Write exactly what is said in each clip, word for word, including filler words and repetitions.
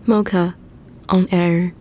Mocha on air。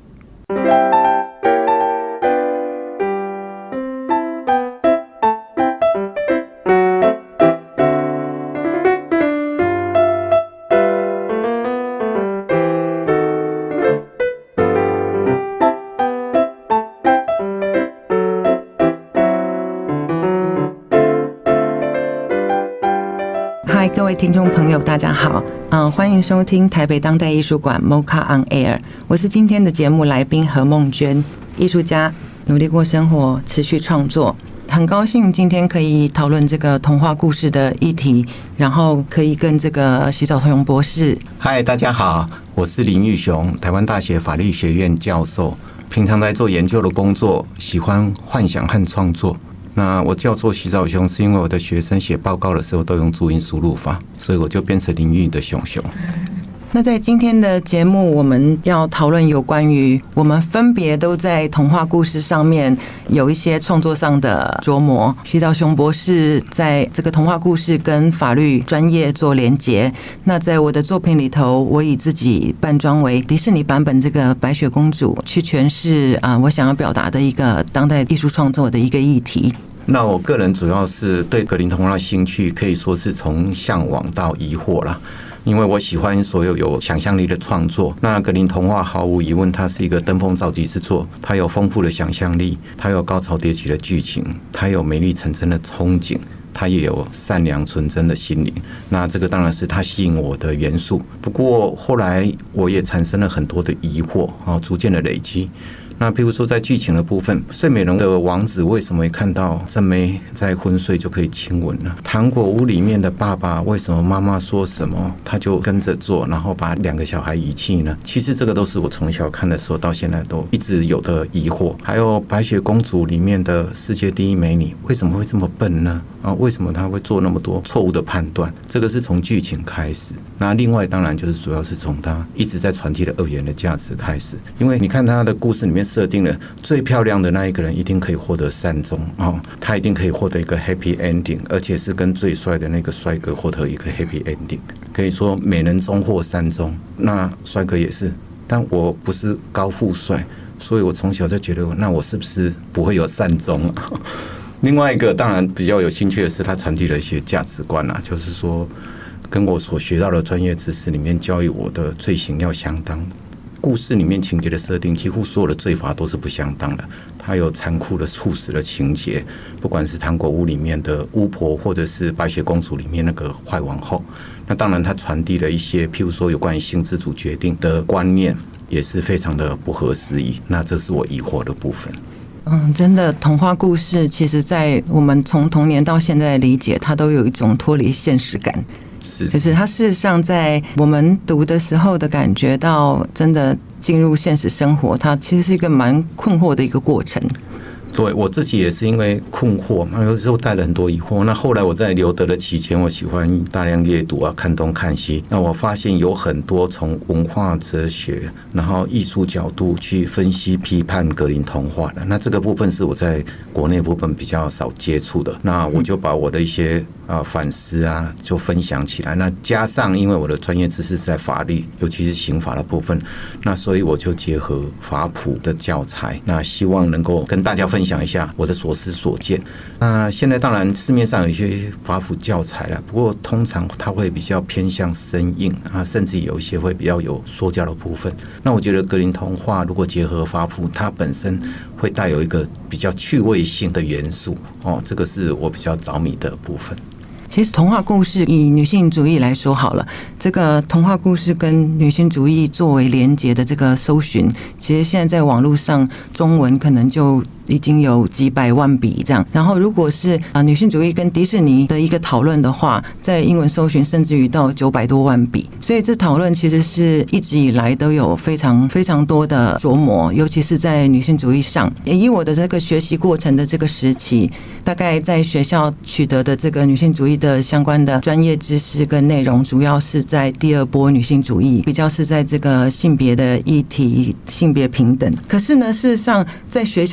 嗨，各位听众朋友，大家好，嗯，欢迎收听台北当代艺术馆 Mocha on Air， 我是今天的节目来宾何梦娟，艺术家，努力过生活，持续创作。很高兴今天可以讨论这个童话故事的议题，然后可以跟这个洗澡童泳博士。 嗨，大家好，我是林玉雄，台湾大学法律学院教授，平常在做研究的工作，喜欢幻想和创作。那我叫做洗澡熊，是因为我的学生写报告的时候都用注音输入法，所以我就变成林玉的熊熊。 那在今天的节目，我们要讨论有关于我们分别都在童话故事上面有一些创作上的琢磨。洗澡熊博士在这个童话故事跟法律专业做连结。那在我的作品里头，我以自己扮装为迪士尼版本这个白雪公主，去诠释啊我想要表达的一个当代艺术创作的一个议题。 那我个人主要是对格林童话的兴趣，可以说是从向往到疑惑啦。因为我喜欢所有有想象力的创作。那格林童话毫无疑问，它是一个登峰造极之作。它有丰富的想象力，它有高潮迭起的剧情，它有美丽成真的憧憬，它也有善良纯真的心灵。那这个当然是它吸引我的元素。不过后来我也产生了很多的疑惑，逐渐的累积。那譬如说在剧情的部分，睡美容的王子为什么会看到正妹在昏睡就可以亲吻呢？糖果屋里面的爸爸为什么妈妈说什么他就跟着做，然后把两个小孩遗弃呢？其实这个都是我从小看的时候到现在都一直有的疑惑。还有白雪公主里面的世界第一美女为什么会这么笨呢？啊，为什么她会做那么多错误的判断？这个是从剧情开始。那另外当然就是主要是从她一直在传递的二元的价值开始。因为你看她的故事里面设定了最漂亮的那一个人一定可以获得善终，哦，他一定可以获得一个 happy ending， 而且是跟最帅的那个帅哥获得一个 happy ending， 可以说美人终获善终。那帅哥也是，但我不是高富帅，所以我从小就觉得，那我是不是不会有善终啊？另外一个当然比较有兴趣的是，他传递了一些价值观啊，就是说跟我所学到的专业知识里面教育我的罪行要相当。故事里面情节的设定，几乎所有的罪罚都是不相当的。它有残酷的处死的情节，不管是糖果屋里面的巫婆，或者是白雪公主里面那个坏王后。那当然，它传递了一些，譬如说有关于性自主决定的观念，也是非常的不合时宜。那这是我疑惑的部分。 嗯，真的，童话故事其实在我们从童年到现在的理解，它都有一种脱离现实感。 是， 就是它事实上在我们读的时候的感觉到真的进入现实生活，它其实是一个蛮困惑的一个过程。 对，我自己也是因为困惑嘛，有时候带了很多疑惑。那后来我在留德的期间，我喜欢大量阅读啊，看东看西。那我发现有很多从文化哲学，然后艺术角度去分析批判格林童话的。那这个部分是我在国内部分比较少接触的。那我就把我的一些啊反思啊就分享起来。那加上因为我的专业知识是在法律，尤其是刑法的部分，那所以我就结合法普的教材，那希望能够跟大家分享讲一下我的所思所见。那现在当然市面上有一些法普教材了，不过通常它会比较偏向生硬啊，甚至有一些会比较有说教的部分。那我觉得格林童话如果结合法普，它本身会带有一个比较趣味性的元素哦，这个是我比较着迷的部分。 其实童话故事以女性主义来说好了，这个童话故事跟女性主义作为连结的这个搜寻，其实现在在网络上中文可能就已经有几百万笔这样。然后如果是啊女性主义跟迪士尼的一个讨论的话，在英文搜寻甚至于到九百多万笔。所以这讨论其实是一直以来都有非常非常多的琢磨，尤其是在女性主义上。以我的这个学习过程的这个时期，大概在学校取得的这个女性主义的相关的专业知识跟内容，主要是在第二波女性主义，比较是在这个性别的议题、性别平等。可是呢，事实上在学校之外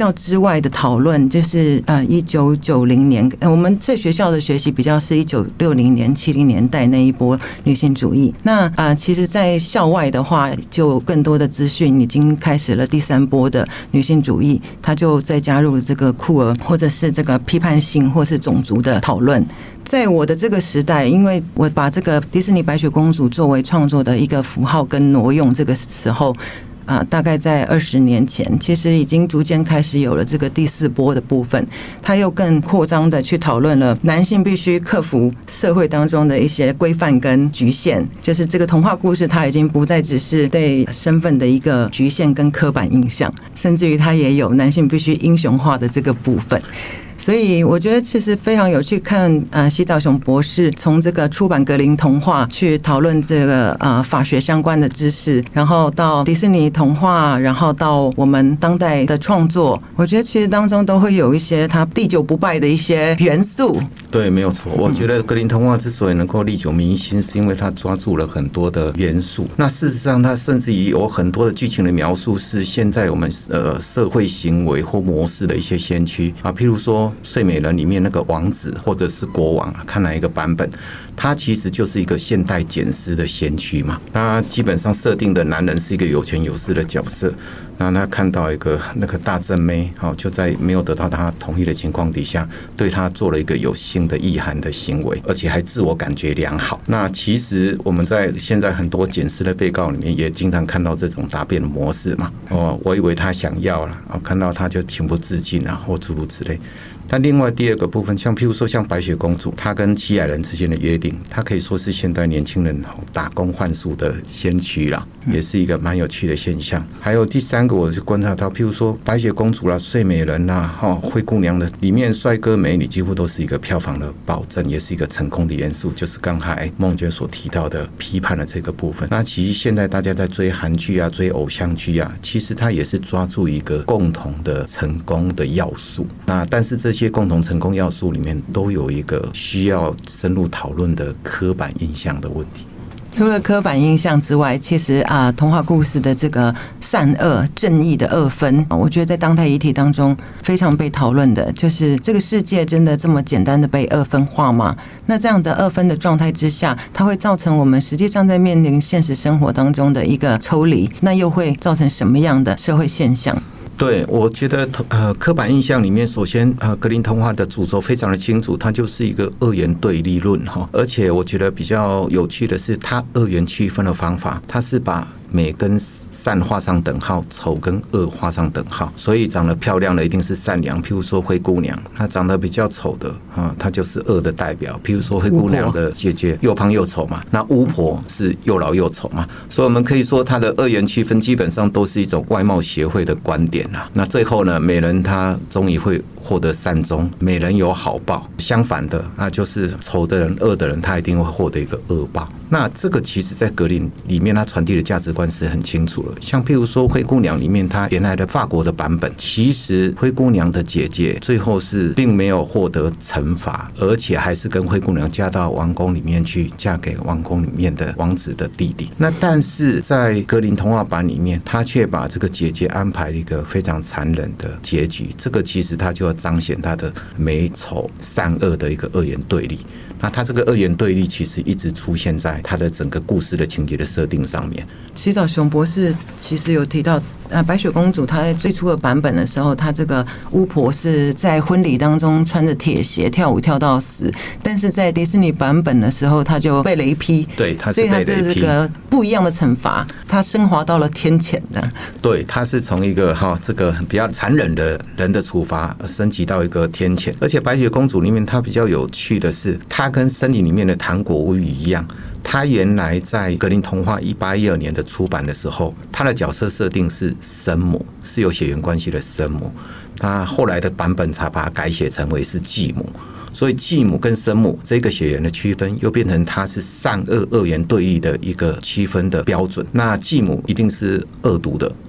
外的讨论，就是呃一九九零年，我们在学校的学习比较是一九六零年、七零年代那一波女性主义。那啊、呃，其实，在校外的话，就更多的资讯已经开始了第三波的女性主义，它就再加入了这个酷儿或者是这个批判性或是种族的讨论。在我的这个时代，因为我把这个迪士尼白雪公主作为创作的一个符号跟挪用，这个时候啊，大概在二十年前，其实已经逐渐开始有了这个第四波的部分，它又更扩张的去讨论了男性必须克服社会当中的一些规范跟局限，就是这个童话故事它已经不再只是对身份的一个局限跟刻板印象，甚至于它也有男性必须英雄化的这个部分。所以我觉得其实非常有趣，看呃西岛雄博士从这个出版格林童话去讨论这个呃法学相关的知识，然后到迪士尼童话，然后到我们当代的创作，我觉得其实当中都会有一些它历久不败的一些元素。 对，没有错。我觉得格林童话之所以能够历久弥新，是因为它抓住了很多的元素。那事实上，它甚至于有很多的剧情的描述是现在我们呃社会行为或模式的一些先驱啊，譬如说。睡美人里面那个王子或者是国王，看哪一个版本，他其实就是一个现代简诗的先驱嘛。他基本上设定的男人是一个有权有势的角色，那他看到一个那个大正妹，就在没有得到他同意的情况底下，对他做了一个有性的意涵的行为，而且还自我感觉良好。那其实我们在现在很多简诗的被告里面，也经常看到这种答辩的模式嘛。哦，我以为他想要了，看到他就情不自禁啊，或诸如此类。但另外第二个部分，像譬如说像白雪公主，她跟七矮人之间的约定，她可以说是现代年轻人打工换宿的先驱啦，也是一个蛮有趣的现象。还有第三个，我就观察到，譬如说白雪公主啦、睡美人啦、灰姑娘的里面帅哥美女几乎都是一个票房的保证，也是一个成功的元素，就是刚才梦娟所提到的批判的这个部分。那其实现在大家在追韩剧啊、追偶像剧啊，其实它也是抓住一个共同的成功的要素。那但是这些共同成功要素里面都有一个需要深入讨论的刻板印象的问题。 除了刻板印象之外，其实啊，童话故事的这个善恶正义的二分，我觉得在当代议题当中非常被讨论的，就是这个世界真的这么简单的被二分化吗？那这样的二分的状态之下，它会造成我们实际上在面临现实生活当中的一个抽离，那又会造成什么样的社会现象？ 对，我觉得呃，刻板印象里面，首先呃，格林童话的主轴非常的清楚，它就是一个二元对立论哈。而且我觉得比较有趣的是，它二元区分的方法，它是把美跟善画上等号，丑跟恶画上等号，所以长得漂亮的一定是善良。譬如说灰姑娘，她长得比较丑的啊，她就是恶的代表。譬如说灰姑娘的姐姐又胖又丑嘛，那巫婆是又老又丑嘛，所以我们可以说她的二元区分基本上都是一种外貌协会的观点啦。那最后呢，美人她终于会获得善终，美人有好报。相反的，那就是丑的人、恶的人，他一定会获得一个恶报。那这个其实在格林里面，他传递的价值观是很清楚了。像譬如说灰姑娘里面，他原来的法国的版本，其实灰姑娘的姐姐最后是并没有获得惩罚，而且还是跟灰姑娘嫁到王宫里面去，嫁给王宫里面的王子的弟弟。那但是在格林童话版里面，他却把这个姐姐安排了一个非常残忍的结局。这个其实他就要彰显他的美丑善恶的一个二元对立。那他这个二元对立其实一直出现在他的整个故事的情节的设定上面。 西岛雄博士其实有提到，呃，白雪公主她在最初的版本的时候，她这个巫婆是在婚礼当中穿着铁鞋跳舞跳到死，但是在迪士尼版本的时候，她就被雷劈， 对，她是被雷劈， 所以她这个不一样的惩罚，她升华到了天谴的。 对，她是从一个哈这个比较残忍的人的处罚升级到一个天谴。而且白雪公主里面，她比较有趣的是，她跟森林里面的糖果屋一样。他原来在格林童话一八一二年的出版的时候，他的角色设定是生母，是有血缘关系的生母。那后来的版本才把它改写成为是继母，所以继母跟生母这个血缘的区分，又变成它是善恶二元对立的一个区分的标准。那继母一定是恶毒的，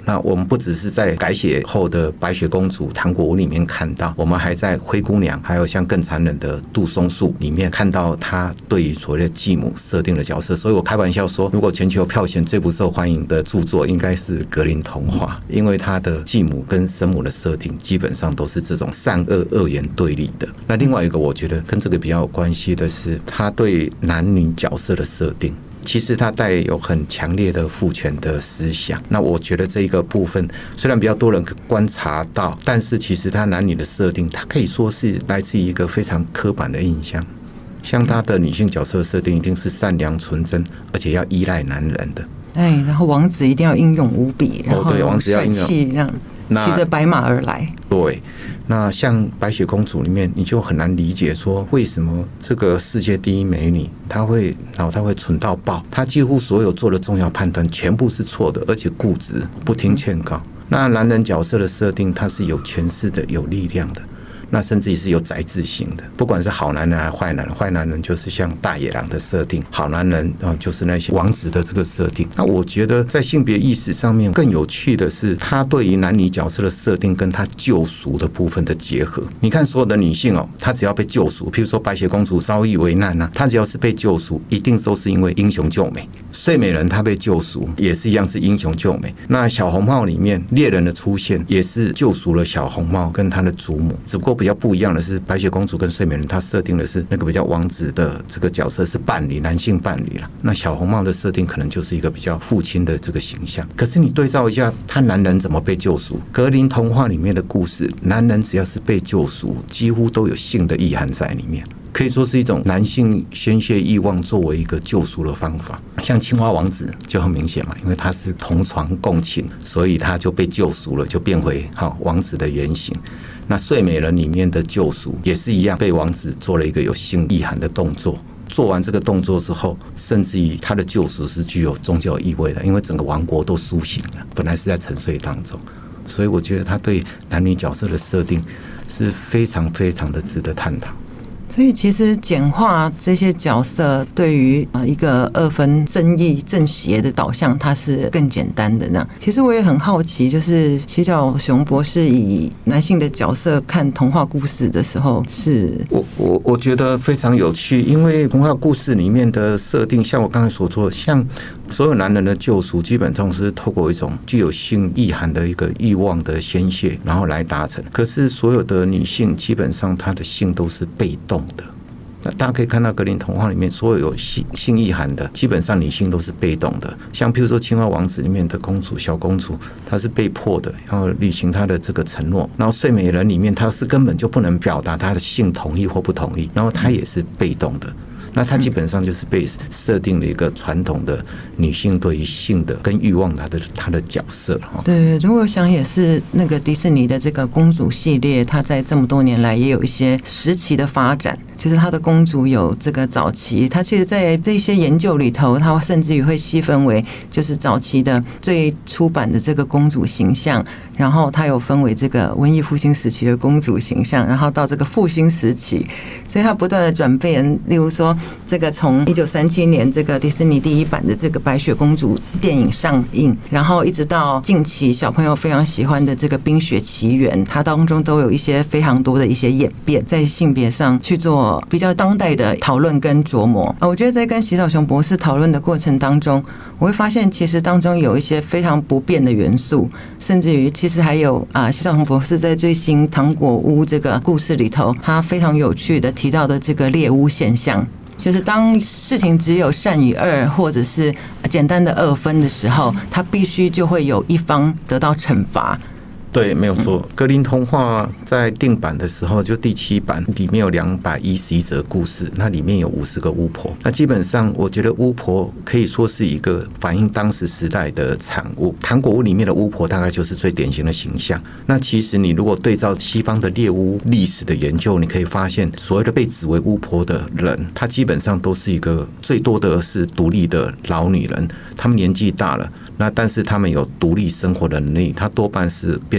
那我们不只是在改写后的白雪公主、糖果屋里面看到，我们还在灰姑娘，还有像更残忍的杜松树里面看到她对于所谓的继母设定的角色。所以我开玩笑说，如果全球票选最不受欢迎的著作，应该是格林童话，因为她的继母跟生母的设定基本上都是这种善恶二元对立的。那另外一个我觉得跟这个比较有关系的是，她对男女角色的设定。其实它带有很强烈的父权的思想，那我觉得这一个部分虽然比较多人观察到，但是其实它男女的设定，它可以说是来自于一个非常刻板的印象。像他的女性角色设定一定是善良纯真，而且要依赖男人的。 哎，然后王子一定要英勇无比，然后帅气这样，骑着白马而来。 对，那像白雪公主里面，你就很难理解说为什么这个世界第一美女她会脑袋会蠢到爆，她几乎所有做的重要判断全部是错的，而且固执不听劝告。那男人角色的设定，他是有权势的，有力量的。那甚至也是有宰制性的，不管是好男人还是坏男人，坏男人就是像大野狼的设定，好男人啊就是那些王子的这个设定。那我觉得在性别意识上面更有趣的是，他对于男女角色的设定跟他救赎的部分的结合。你看所有的女性哦，她只要被救赎，譬如说白雪公主遭遇危难啊，她只要是被救赎，一定都是因为英雄救美。睡美人她被救赎也是一样是英雄救美。那小红帽里面猎人的出现也是救赎了小红帽跟她的祖母，只不过比较不一样的是，白雪公主跟睡美人她设定的是那个比较王子的这个角色是伴侣，男性伴侣啦。那小红帽的设定可能就是一个比较父亲的这个形象。可是你对照一下，他男人怎么被救赎？格林童话里面的故事，男人只要是被救赎，几乎都有性的意涵在里面。可以说是一种男性宣泄欲望作为一个救赎的方法。像青蛙王子就很明显嘛，因为他是同床共寝，所以他就被救赎了，就变回好王子的原型。那睡美人里面的救赎也是一样，被王子做了一个有性意涵的动作。做完这个动作之后，甚至于他的救赎是具有宗教意味的，因为整个王国都苏醒了，本来是在沉睡当中。所以我觉得他对男女角色的设定是非常非常的值得探讨。 所以其实简化这些角色对于一个二分正义正邪的导向，它是更简单的。那其实我也很好奇，就是西角熊博士以男性的角色看童话故事的时候，是我我我觉得非常有趣，因为童话故事里面的设定，像我刚才所说的，像所有男人的救赎，基本上是透过一种具有性意涵的一个欲望的宣泄，然后来达成。可是所有的女性，基本上她的性都是被动的。那大家可以看到格林童话里面所有有性性意涵的，基本上女性都是被动的。像譬如说青蛙王子里面的公主小公主，她是被迫的要履行她的这个承诺。然后睡美人里面，她是根本就不能表达她的性同意或不同意，然后她也是被动的。那它基本上就是被设定了一个传统的女性对于性的跟欲望她的她的角色。 对，如果我想也是那个迪士尼的这个公主系列，它在这么多年来也有一些时期的发展。就是它的公主有这个早期，它其实在这些研究里头，它甚至于会细分为就是早期的最初版的这个公主形象，然后它有分为这个文艺复兴时期的公主形象，然后到这个复兴时期，所以它不断的转变。例如说，这个从一九三七年这个迪士尼第一版的这个白雪公主电影上映，然后一直到近期小朋友非常喜欢的这个冰雪奇缘，它当中都有一些非常多的一些演变，在性别上去做比较当代的讨论跟琢磨。我觉得在跟喜草熊博士讨论的过程当中，我会发现其实当中有一些非常不变的元素，甚至于其实还有啊，喜草熊博士在最新糖果屋这个故事里头，他非常有趣的提到的这个猎巫现象，就是当事情只有善与恶或者是简单的二分的时候，它必须就会有一方得到惩罚。 对，没有错。格林童话在定版的时候，就第七版里面有两百一十一则故事，那里面有五十个巫婆。那基本上，我觉得巫婆可以说是一个反映当时时代的产物。糖果屋里面的巫婆大概就是最典型的形象。那其实你如果对照西方的猎巫历史的研究，你可以发现，所谓的被指为巫婆的人，她基本上都是一个最多的是独立的老女人，她们年纪大了。那但是他们有独立生活的能力，他多半是变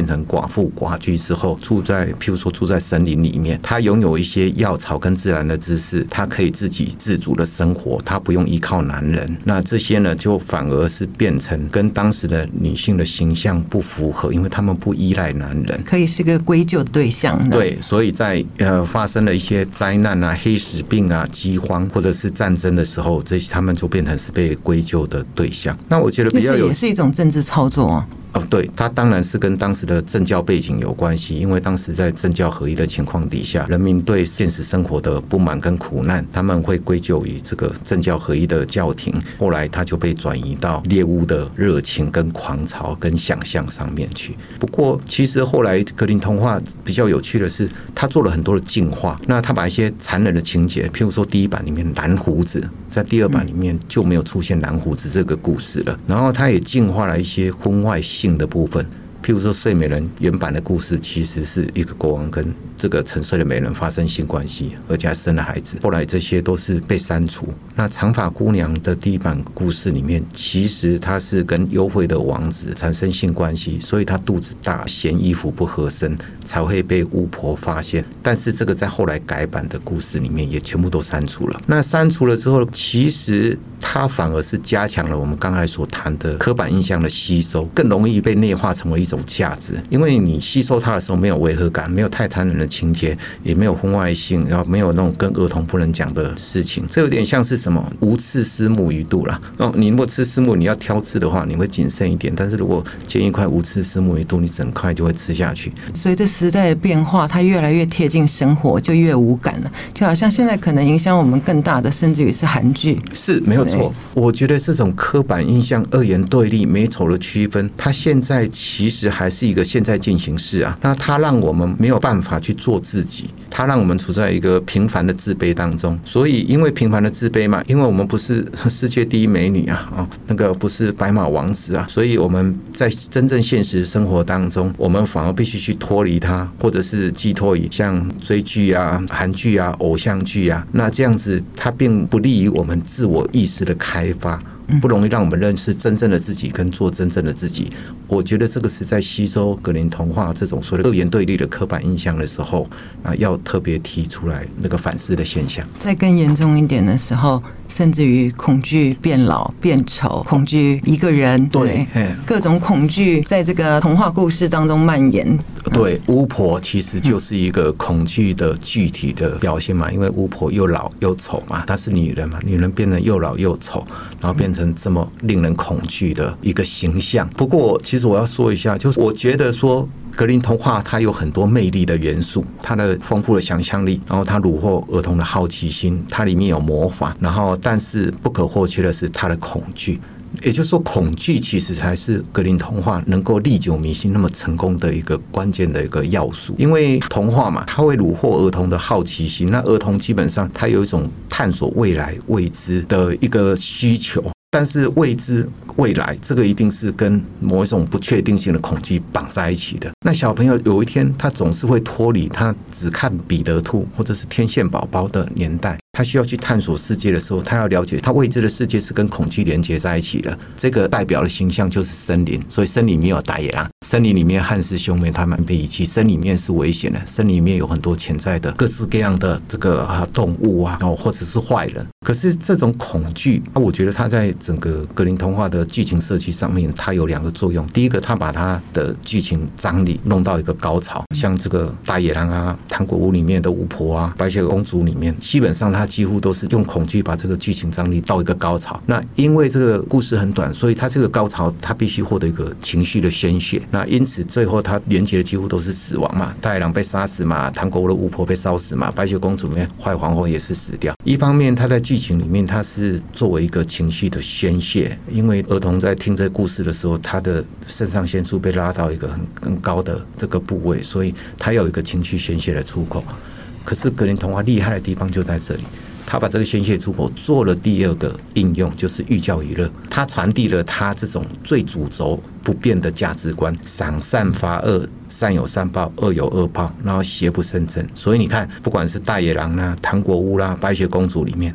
成寡妇寡居之后，住在譬如说住在森林里面，他拥有一些药草跟自然的知识，他可以自给自足的生活，他不用依靠男人。那这些呢，就反而是变成跟当时的女性的形象不符合，因为他们不依赖男人， 可以是个归咎的对象。 对，所以在呃发生了一些灾难啊、黑死病啊、饥荒或者是战争的时候，这些他们就变成是被归咎的对象。那我觉得比较有， 也是一种政治操作啊。 哦，对，它当然是跟当时的政教背景有关系，因为当时在政教合一的情况底下，人民对现实生活的不满跟苦难，他们会归咎于这个政教合一的教廷，后来它就被转移到猎巫的热情跟狂潮跟想象上面去。不过，其实后来格林童话比较有趣的是，他做了很多的进化，那他把一些残忍的情节，譬如说第一版里面蓝胡子，在第二版里面就没有出现蓝胡子这个故事了，然后他也进化了一些婚外性的部分，譬如说睡美人原版的故事其实是一个国王跟这个沉睡的美人发生性关系，而且还生了孩子，后来这些都是被删除。那长发姑娘的第一版故事里面，其实她是跟幽会的王子产生性关系，所以她肚子大，嫌衣服不合身，才会被巫婆发现。但是这个在后来改版的故事里面也全部都删除了。那删除了之后，其实它反而是加强了我们刚才所谈的刻板印象的吸收，更容易被内化成为一种价值。因为你吸收它的时候没有违和感，没有太残忍的情节，也没有婚外性，然后没有那种跟儿童不能讲的事情，这有点像是什么无刺丝木鱼肚啦。哦，你如果吃丝木，你要挑刺的话，你会谨慎一点；但是如果煎一块无刺丝木鱼肚，你整块就会吃下去。 随着时代的变化，它越来越贴近生活，就越无感了。就好像现在可能影响我们更大的，甚至于是韩剧， 是没有错。我觉得这种刻板印象、二元对立、美丑的区分，它现在其实还是一个现在进行式啊。那它让我们没有办法去做自己，它让我们处在一个平凡的自卑当中。所以因为平凡的自卑嘛，因为我们不是世界第一美女啊，哦，那个不是白马王子啊，所以我们在真正现实生活当中，我们反而必须去脱离它，或者是寄托于像追剧啊、韩剧啊、偶像剧啊，那这样子它并不利于我们自我意识的开发，不容易让我们认识真正的自己跟做真正的自己。我觉得这个是在吸收格林童话这种所谓的二元对立的刻板印象的时候啊，要特别提出来那个反思的现象。 再更严重一点的时候，甚至于恐惧变老变丑，恐惧一个人， 对， 各种恐惧在这个童话故事当中蔓延。 对，巫婆其实就是一个恐惧的具体的表现嘛，因为巫婆又老又丑嘛，她是女人嘛，女人变得又老又丑，然后变成这么令人恐惧的一个形象。不过其实我要说一下，就是我觉得说格林童话它有很多魅力的元素，它的丰富的想象力，然后它虏获儿童的好奇心，它里面有魔法，然后但是不可或缺的是它的恐惧。也就是说，恐惧其实才是格林童话能够历久弥新那么成功的一个关键的一个要素。因为童话嘛，它会虏获儿童的好奇心，那儿童基本上他有一种探索未来未知的一个需求。但是未知未来这个一定是跟某一种不确定性的恐惧绑在一起的。那小朋友有一天他总是会脱离他只看彼得兔或者是天线宝宝的年代，他需要去探索世界的时候，他要了解他未知的世界是跟恐惧连接在一起的。这个代表的形象就是森林，所以森林里面有大野狼，森林里面汉斯兄妹他们被遗弃，森林里面是危险的，森林里面有很多潜在的各式各样的这个动物啊，或者是坏人。可是这种恐惧，我觉得它在整个格林童话的剧情设计上面，它有两个作用。第一个，它把它的剧情张力弄到一个高潮，像这个大野狼啊、糖果屋里面的巫婆啊、白雪公主里面，基本上它几乎都是用恐惧把这个剧情张力到一个高潮。那因为这个故事很短，所以它这个高潮它必须获得一个情绪的宣泄。那因此最后它连接的几乎都是死亡嘛，大野狼被杀死嘛，糖果屋的巫婆被烧死嘛，白雪公主里面坏皇后也是死掉。一方面它在剧情里面它是作为一个情绪的宣泄，因为儿童在听这个故事的时候，他的肾上腺素被拉到一个很很高的这个部位，所以他有一个情绪宣泄的出口。可是格林童话厉害的地方就在这里，他把这个宣泄出口做了第二个应用，就是寓教于乐。他传递了他这种最主轴不变的价值观：赏善罚恶，善有善报，恶有恶报，然后邪不胜正。所以你看，不管是大野狼啦、糖果屋啦、白雪公主里面，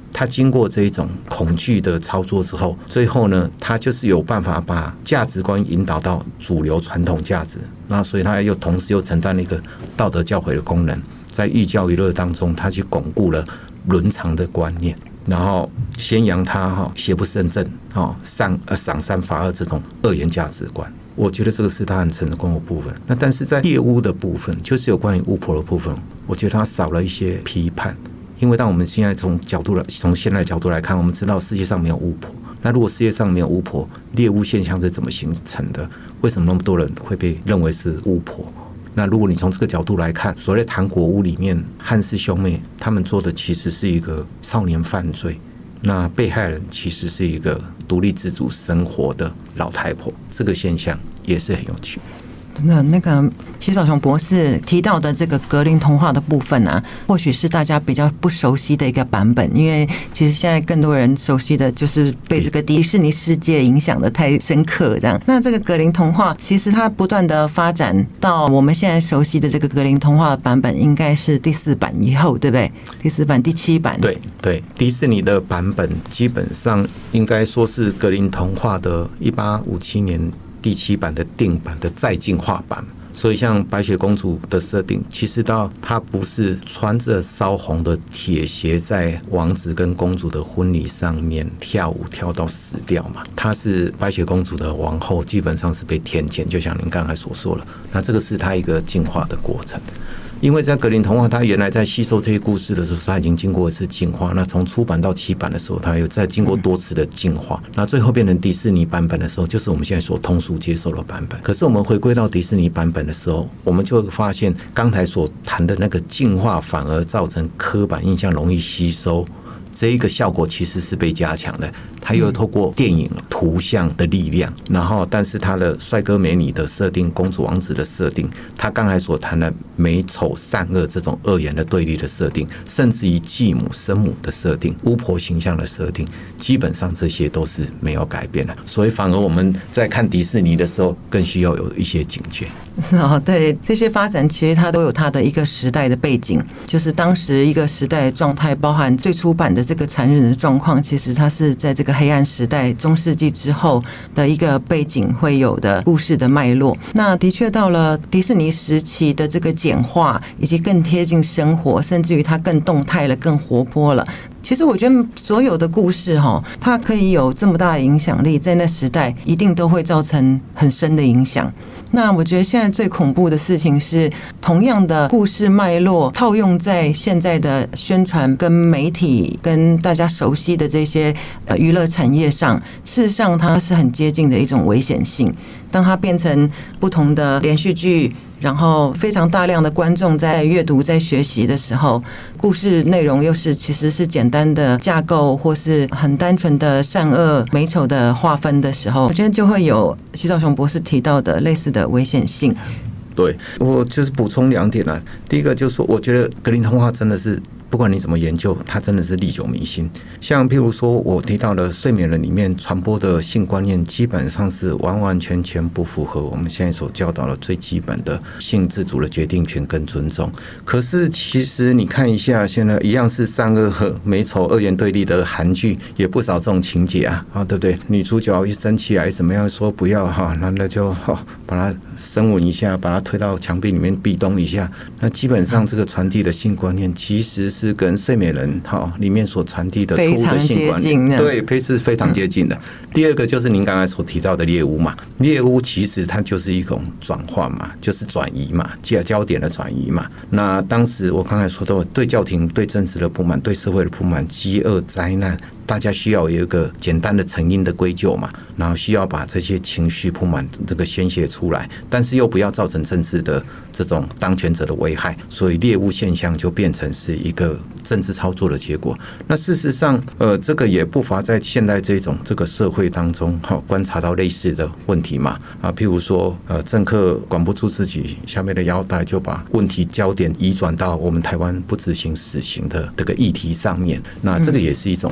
他经过这一种恐惧的操作之后，最后呢，他就是有办法把价值观引导到主流传统价值，那所以他又同时又承担了一个道德教诲的功能，在寓教于乐当中，他去巩固了伦常的观念，然后宣扬他哈邪不胜正、哈善呃赏善罚恶这种恶言价值观。我觉得这个是他很成功的部分。那但是在猎巫的部分，就是有关于巫婆的部分，我觉得他少了一些批判。因为当我们现在从角度来，从现在的角度来看，我们知道世界上没有巫婆。那如果世界上没有巫婆，猎巫现象是怎么形成的？为什么那么多人会被认为是巫婆？那如果你从这个角度来看，所谓糖果屋里面汉氏兄妹他们做的其实是一个少年犯罪，那被害人其实是一个独立自主生活的老太婆，这个现象也是很有趣。 那那个西草雄博士提到的这个格林童话的部分啊，或许是大家比较不熟悉的一个版本，因为其实现在更多人熟悉的就是被这个迪士尼世界影响的太深刻这样。那这个格林童话其实它不断的发展到我们现在熟悉的这个格林童话的版本，应该是第四版以后，对不对？第四版、第七版。 对对，迪士尼的版本基本上应该说是格林童话的一八五七年第七版的定版的再进化版。所以像白雪公主的设定，其实到她不是穿着烧红的铁鞋在王子跟公主的婚礼上面跳舞跳到死掉嘛，她是白雪公主的王后，基本上是被天谴，就像您刚才所说了，那这个是她一个进化的过程。因为在格林童话，它原来在吸收这些故事的时候，它已经经过一次进化。那从出版到七版的时候，它又再经过多次的进化。那最后变成迪士尼版本的时候，就是我们现在所通俗接受的版本。可是我们回归到迪士尼版本的时候，我们就会发现，刚才所谈的那个进化，反而造成刻板印象容易吸收。这一个效果其实是被加强的，它又透过电影图像的力量，然后但是它的帅哥美女的设定、公主王子的设定，他刚才所谈的美丑善恶这种二元的对立的设定，甚至于继母生母的设定、巫婆形象的设定，基本上这些都是没有改变的。所以反而我们在看迪士尼的时候，更需要有一些警觉。 哦，对，这些发展其实它都有它的一个时代的背景，就是当时一个时代的状态，包含最初版的这个残忍的状况，其实它是在这个黑暗时代、中世纪之后的一个背景会有的故事的脉络。那的确到了迪士尼时期的这个简化，以及更贴近生活，甚至于它更动态了、更活泼了。其实我觉得所有的故事哈，它可以有这么大的影响力，在那时代一定都会造成很深的影响。那我觉得现在最恐怖的事情是，同样的故事脉络套用在现在的宣传跟媒体跟大家熟悉的这些呃娱乐产业上，事实上它是很接近的一种危险性。当它变成不同的连续剧，然后非常大量的观众在阅读、在学习的时候，故事内容又是其实是简单的架构，或是很单纯的善恶美丑的划分的时候，我觉得就会有徐兆雄博士提到的类似的危险性。 对，我就是补充两点啊。第一个就是说，我觉得格林童话真的是，不管你怎么研究，它真的是历久弥新。像譬如说我提到的睡美人里面传播的性观念，基本上是完完全全不符合我们现在所教导的最基本的性自主的决定权跟尊重。可是其实你看一下，现在一样是善恶和美丑二元对立的韩剧，也不少这种情节啊，啊对不对？女主角一生气来怎么样说不要哈，男的就把她深吻一下，把她推到墙壁里面壁咚一下。那基本上这个传递的性观念，其实是跟睡美人哈里面所传递的错误的性观念，对，非是非常接近的。第二个就是您刚才所提到的猎巫嘛，猎巫其实它就是一种转换嘛，就是转移嘛，焦点的转移嘛。那当时我刚才说到，对教廷、对政治的不满、对社会的不满、饥饿、灾难，大家需要有一个简单的成因的归咎嘛，然后需要把这些情绪不满这个宣泄出来，但是又不要造成政治的这种当权者的危害，所以猎巫现象就变成是一个政治操作的结果。那事实上，呃，这个也不乏在现在这种这个社会当中，哈，观察到类似的问题嘛，啊，譬如说，呃，政客管不住自己下面的腰带，就把问题焦点移转到我们台湾不执行死刑的这个议题上面，那这个也是一种焦点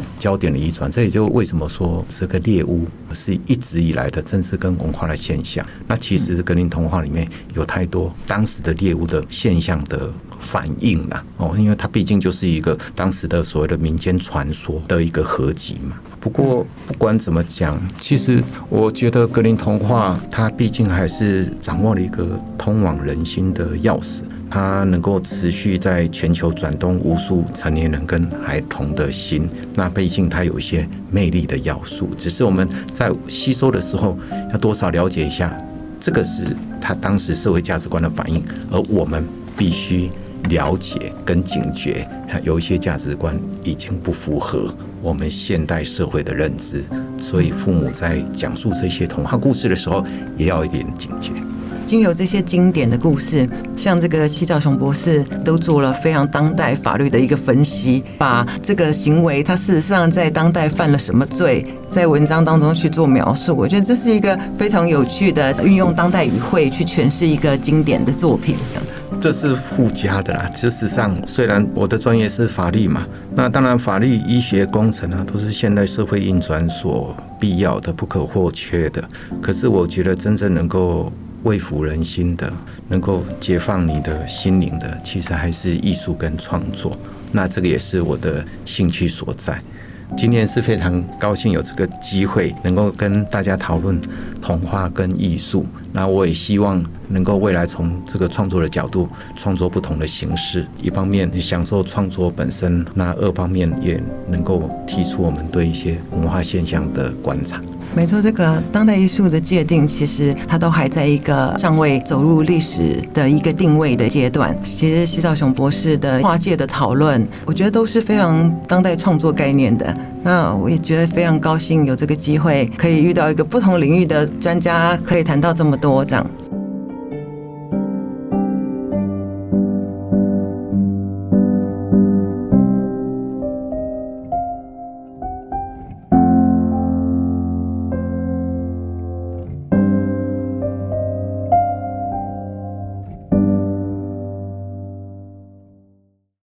件的遗传，这也就为什么说这个猎巫是一直以来的政治跟文化的现象。那其实格林童话里面有太多当时的猎巫的现象的反应啦，哦，因为它毕竟就是一个当时的所谓的民间传说的一个合集嘛。不过不管怎么讲，其实我觉得格林童话它毕竟还是掌握了一个通往人心的钥匙，它能够持续在全球转动无数成年人跟孩童的心。那毕竟它有一些魅力的要素，只是我们在吸收的时候要多少了解一下，这个是它当时社会价值观的反应，而我们必须了解跟警觉，有一些价值观已经不符合我们现代社会的认知，所以父母在讲述这些童话故事的时候也要一点警觉。 经由这些经典的故事，像这个西兆雄博士都做了非常当代法律的一个分析，把这个行为它事实上在当代犯了什么罪，在文章当中去做描述。我觉得这是一个非常有趣的运用当代语汇去诠释一个经典的作品。 这是附加的啦。事实上，虽然我的专业是法律嘛，那当然法律、医学、工程啊，都是现代社会运转所必要的、不可或缺的。可是，我觉得真正能够慰抚人心的，能够解放你的心灵的，其实还是艺术跟创作。那这个也是我的兴趣所在。今天是非常高兴有这个机会能够跟大家讨论童话跟艺术，那我也希望能够未来从这个创作的角度创作不同的形式，一方面享受创作本身，那二方面也能够提出我们对一些文化现象的观察。 没错，这个当代艺术的界定，其实它都还在一个尚未走入历史的一个定位的阶段。其实西兆雄博士的画界的讨论，我觉得都是非常当代创作概念的。那我也觉得非常高兴有这个机会，可以遇到一个不同领域的专家，可以谈到这么多这样。